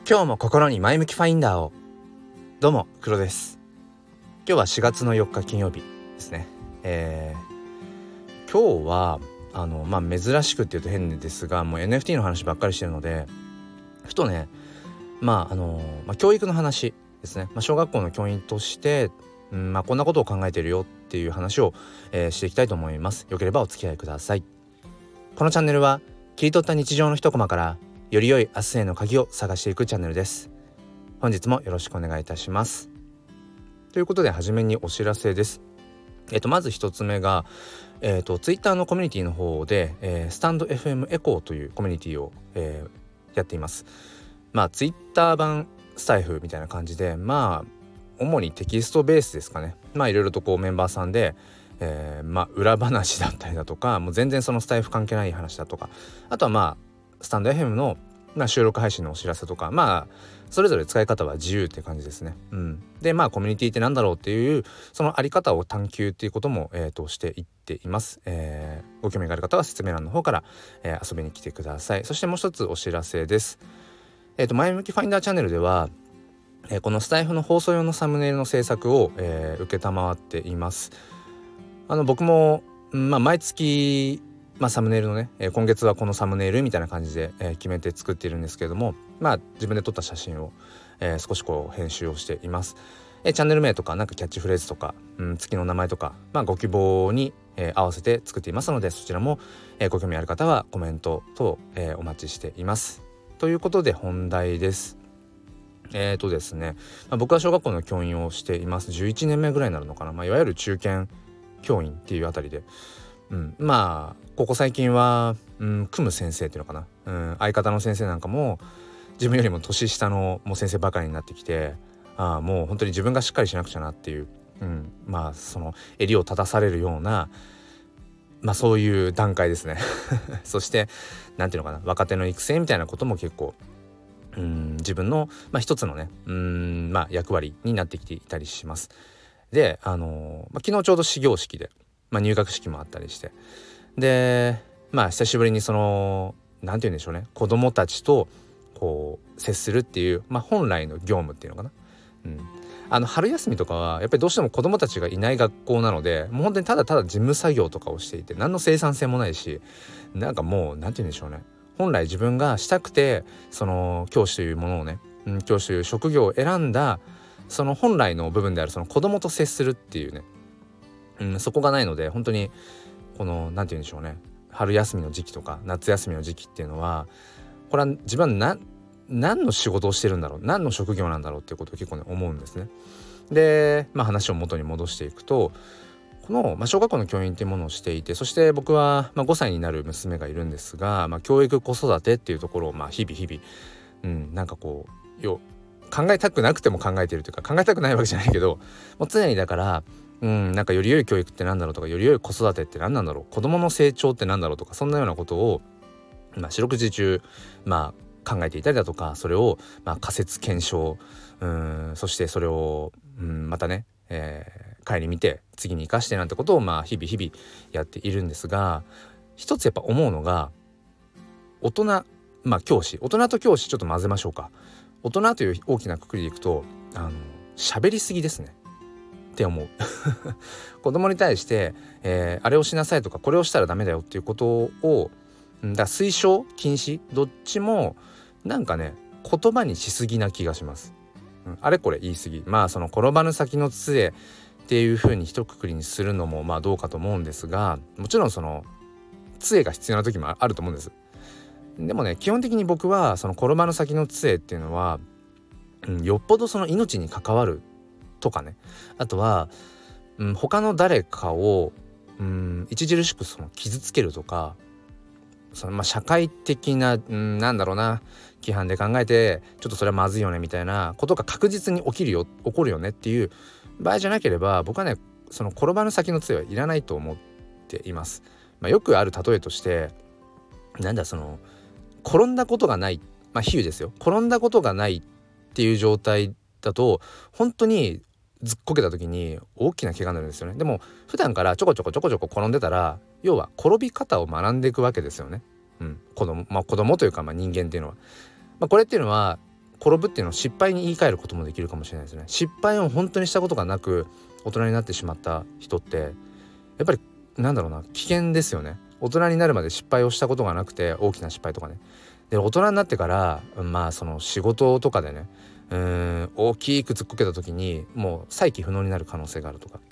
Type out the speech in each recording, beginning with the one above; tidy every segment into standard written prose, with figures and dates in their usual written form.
今日も心に前向きファインダーを。どうも黒です。今日は4月の4日金曜日ですね。今日は珍しくっていうと変ですが、もう NFT の話ばっかりしてるので、ふとね教育の話ですね。小学校の教員としてこんなことを考えているよっていう話を、していきたいと思います。よければお付き合いください。このチャンネルは切り取った日常の一コマからより良い明日への鍵を探していくチャンネルです。本日もよろしくお願いいたします。ということで、初めにお知らせです。まず一つ目が、ツイッターのコミュニティの方で、スタンド FM エコーというコミュニティを、やっています。ツイッター版スタイフみたいな感じで、主にテキストベースですかね。いろいろとメンバーさんで、裏話だったりだとか、もう全然そのスタイフ関係ない話だとか、あとはスタンド FM の、収録配信のお知らせとか、それぞれ使い方は自由って感じですね。でコミュニティってなんだろうっていうそのあり方を探求っていうことも、していっています。ご興味がある方は説明欄の方から、遊びに来てください。そしてもう一つお知らせです。前向きファインダーチャンネルでは、このスタイフの放送用のサムネイルの制作を、承っています。僕も、毎月サムネイルのね、今月はこのサムネイルみたいな感じで、決めて作っているんですけれども、自分で撮った写真を、少し編集をしています。チャンネル名とかキャッチフレーズとか、月の名前とか、ご希望に、合わせて作っていますので、そちらも、ご興味ある方はコメント等、お待ちしています。ということで本題です。ですね、僕は小学校の教員をしています。11年目ぐらいになるのかな、いわゆる中堅教員っていうあたりで、ここ最近は、組む先生っていうのかな、相方の先生なんかも自分よりも年下のもう先生ばかりになってきて、もう本当に自分がしっかりしなくちゃなっていう、その襟を立たされるような、そういう段階ですねそしてなんていうのかな、若手の育成みたいなことも結構自分の、一つのね役割になってきていたりします。で昨日ちょうど始業式で、入学式もあったりして、で久しぶりにそのなんて言うんでしょうね、子供たちと接するっていう、本来の業務っていうのかな、春休みとかはやっぱりどうしても子供たちがいない学校なので、もう本当にただただ事務作業とかをしていて、何の生産性もないし、もうなんて言うんでしょうね、本来自分がしたくてその教師というものをね、教師という職業を選んだその本来の部分であるその子供と接するっていうね、そこがないので、本当にこのなんて言うんでしょうね、春休みの時期とか夏休みの時期っていうのは、これは自分は何の仕事をしてるんだろう、何の職業なんだろうっていうことを結構ね思うんですね。で話を元に戻していくと、この、小学校の教員っていうものをしていて、そして僕は、5歳になる娘がいるんですが、教育子育てっていうところを日々考えたくなくても考えているというか、考えたくないわけじゃないけど、もう常にだからより良い教育ってなんだろうとか、より良い子育てって何なんだろう、子供の成長ってなんだろうとか、そんなようなことを四六時中考えていたりだとか、それを仮説検証、そしてそれをまたね、帰り見て次に生かしてなんてことを日々やっているんですが、一つやっぱ思うのが、大人と教師ちょっと混ぜましょうか。大人という大きな括りでいくと喋りすぎですねって思う子供に対して、あれをしなさいとか、これをしたらダメだよっていうことを推奨禁止、どっちも言葉にしすぎな気がします。あれこれ言い過ぎ、その転ばぬ先の杖っていう風に一括りにするのもどうかと思うんですが、もちろんその杖が必要な時もあると思うんです。でもね、基本的に僕はその転ばぬ先の杖っていうのは、よっぽどその命に関わるとかね、あとは、他の誰かを著しくその傷つけるとか、その社会的な規範で考えてちょっとそれはまずいよねみたいなことが確実に起こるよねっていう場合じゃなければ、僕はねその転ばぬ先の杖はいらないと思っています。よくある例えとして、その転んだことがない、比喩ですよ、転んだことがないっていう状態だと本当にずっこけた時に大きな怪我になるんですよね。でも普段からちょこちょこ転んでたら、要は転び方を学んでいくわけですよね。子供というか人間っていうのは、これっていうのは転ぶっていうのを失敗に言い換えることもできるかもしれないですね。失敗を本当にしたことがなく大人になってしまった人ってやっぱりなんだろうな、危険ですよね。大人になるまで失敗をしたことがなくて、大きな失敗とかね。で大人になってからその仕事とかでね大きく突っこけた時にもう再起不能になる可能性があるとか、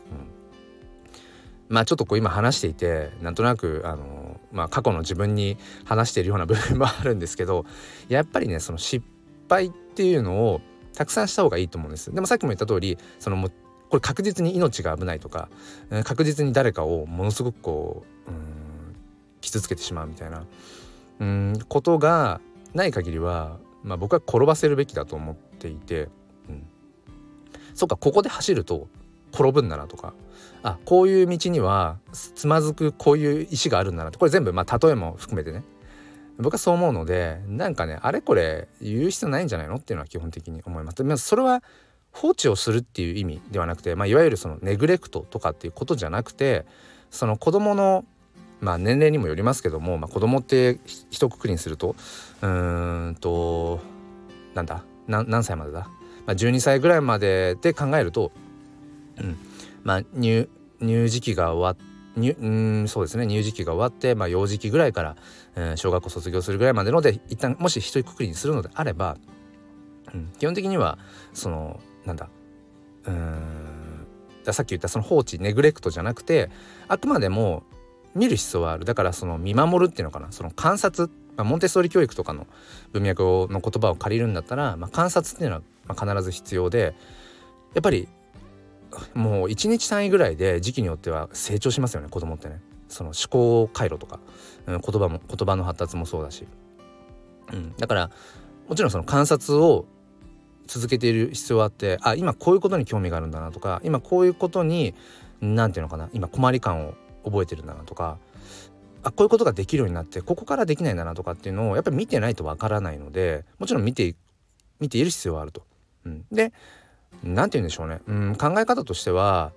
ちょっとこう今話していてなんとなく過去の自分に話しているような部分もあるんですけど、やっぱりねその失敗っていうのをたくさんした方がいいと思うんです。でもさっきも言った通りもうこれ確実に命が危ないとか確実に誰かをものすごく傷つけてしまうみたいなことがない限りは、僕は転ばせるべきだと思っていて、そっかここで走ると転ぶんだなとか、こういう道にはつまずくこういう石があるんだなと、これ全部例えも含めてね僕はそう思うので、なんかねあれこれ言う必要ないんじゃないのっていうのは基本的に思います。それは放置をするっていう意味ではなくて、いわゆるそのネグレクトとかっていうことじゃなくて、その子供の年齢にもよりますけども、子供って一括りにすると何歳までだ、12歳ぐらいまでで考えると、乳児期が終わそうですね、乳児期が終わって、幼児期ぐらいから、小学校卒業するぐらいまでので一旦もし一括りにするのであれば、基本的にはそのさっき言ったその放置ネグレクトじゃなくて、あくまでも見る必要はある。だからその見守るっていうのかな、その観察、モンテッソーリ教育とかの文脈の言葉を借りるんだったら、観察っていうのは必ず必要で、やっぱりもう1日単位ぐらいで時期によっては成長しますよね、子供ってね。その思考回路とか、言葉の発達もそうだし、だからもちろんその観察を続けている必要はあって、今こういうことに興味があるんだなとか、今こういうことに今困り感を覚えてるんだなとか、こういうことができるようになってここからできないんだなとかっていうのをやっぱり見てないとわからないので、もちろん見ている必要はあると。でなんて言うんでしょうね、考え方としては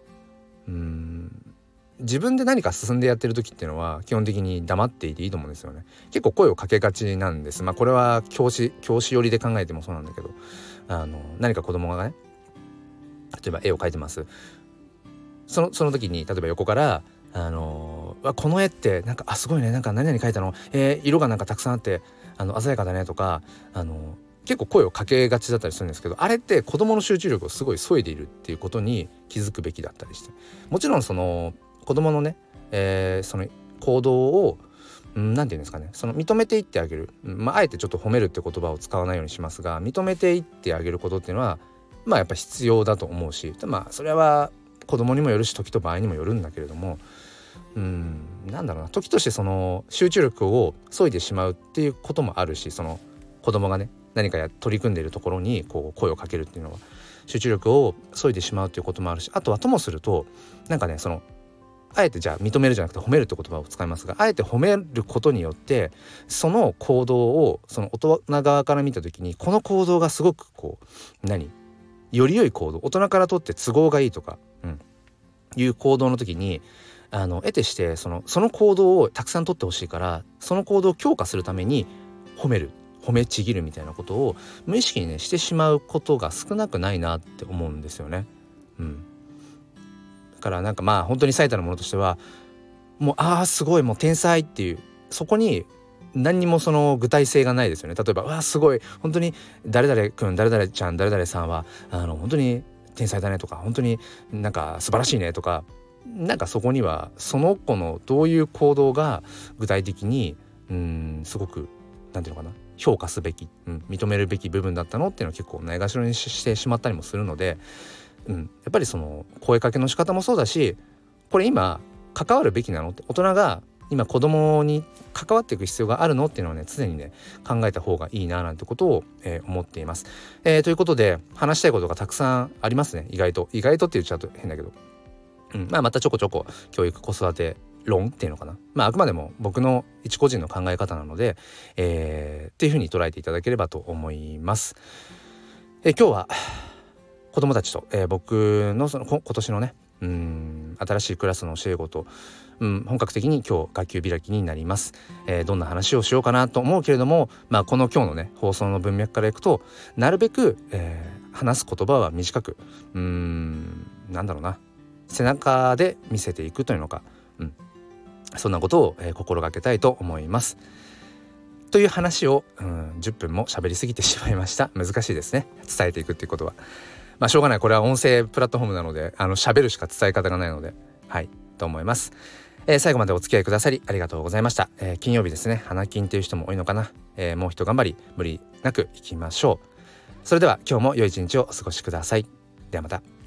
自分で何か進んでやってる時っていうのは基本的に黙っていていいと思うんですよね。結構声をかけがちなんです。これは教師寄りで考えてもそうなんだけど、何か子供がね例えば絵を描いてます。その時に例えば横からこの絵ってすごいね、何々描いたの、色がたくさんあって鮮やかだねとか結構声をかけがちだったりするんですけど、あれって子供の集中力をすごい削いでいるっていうことに気づくべきだったりして、もちろんその子供のね、その行動をなんていうんですかね、その認めていってあげる、あえてちょっと褒めるって言葉を使わないようにしますが、認めていってあげることっていうのはやっぱ必要だと思うし、それは子供にもよるし時と場合にもよるんだけれども、時としてその集中力を削いでしまうっていうこともあるし、その子供がね何か取り組んでいるところに声をかけるっていうのは集中力を削いでしまうっていうこともあるし、あとはともするとそのあえてじゃあ認めるじゃなくて褒めるって言葉を使いますが、あえて褒めることによってその行動をその大人側から見た時に、この行動がすごくより良い行動、大人からとって都合がいいとか、いう行動の時に得てしてその行動をたくさん取ってほしいから、その行動を強化するために褒めちぎるみたいなことを無意識にねしてしまうことが少なくないなって思うんですよね。だから本当に最たるものとしてはもうすごいもう天才っていう、そこに何にもその具体性がないですよね。例えばすごい本当に誰々くん誰々ちゃん誰々さんは本当に天才だねとか、本当に素晴らしいねとか、そこにはその子のどういう行動が具体的にすごく評価すべき、認めるべき部分だったのっていうのを結構ないがしろにしてしまったりもするので、やっぱりその声かけの仕方もそうだし、これ今関わるべきなのって、大人が今子供に関わっていく必要があるのっていうのをね常にね考えた方がいいななんてことを、思っています。ということで話したいことがたくさんありますね。意外とって言っちゃうと変だけど、またちょこちょこ教育子育て論っていうのかな、あくまでも僕の一個人の考え方なので、っていうふうに捉えていただければと思います。今日は子供たちと、僕のその今年のね新しいクラスの教え子と、本格的に今日学級開きになります。どんな話をしようかなと思うけれども、この今日のね放送の文脈からいくと、なるべく、話す言葉は短く、なんだろうな、背中で見せていくというのか、そんなことを、心がけたいと思います。という話を、10分も喋りすぎてしまいました。難しいですね、伝えていくっていうことは。しょうがない、これは音声プラットフォームなので喋るしか伝え方がないので、はいと思います。最後までお付き合いくださりありがとうございました。金曜日ですね、花金っていう人も多いのかな。もう一頑張り無理なくいきましょう。それでは今日も良い一日をお過ごしください。ではまた。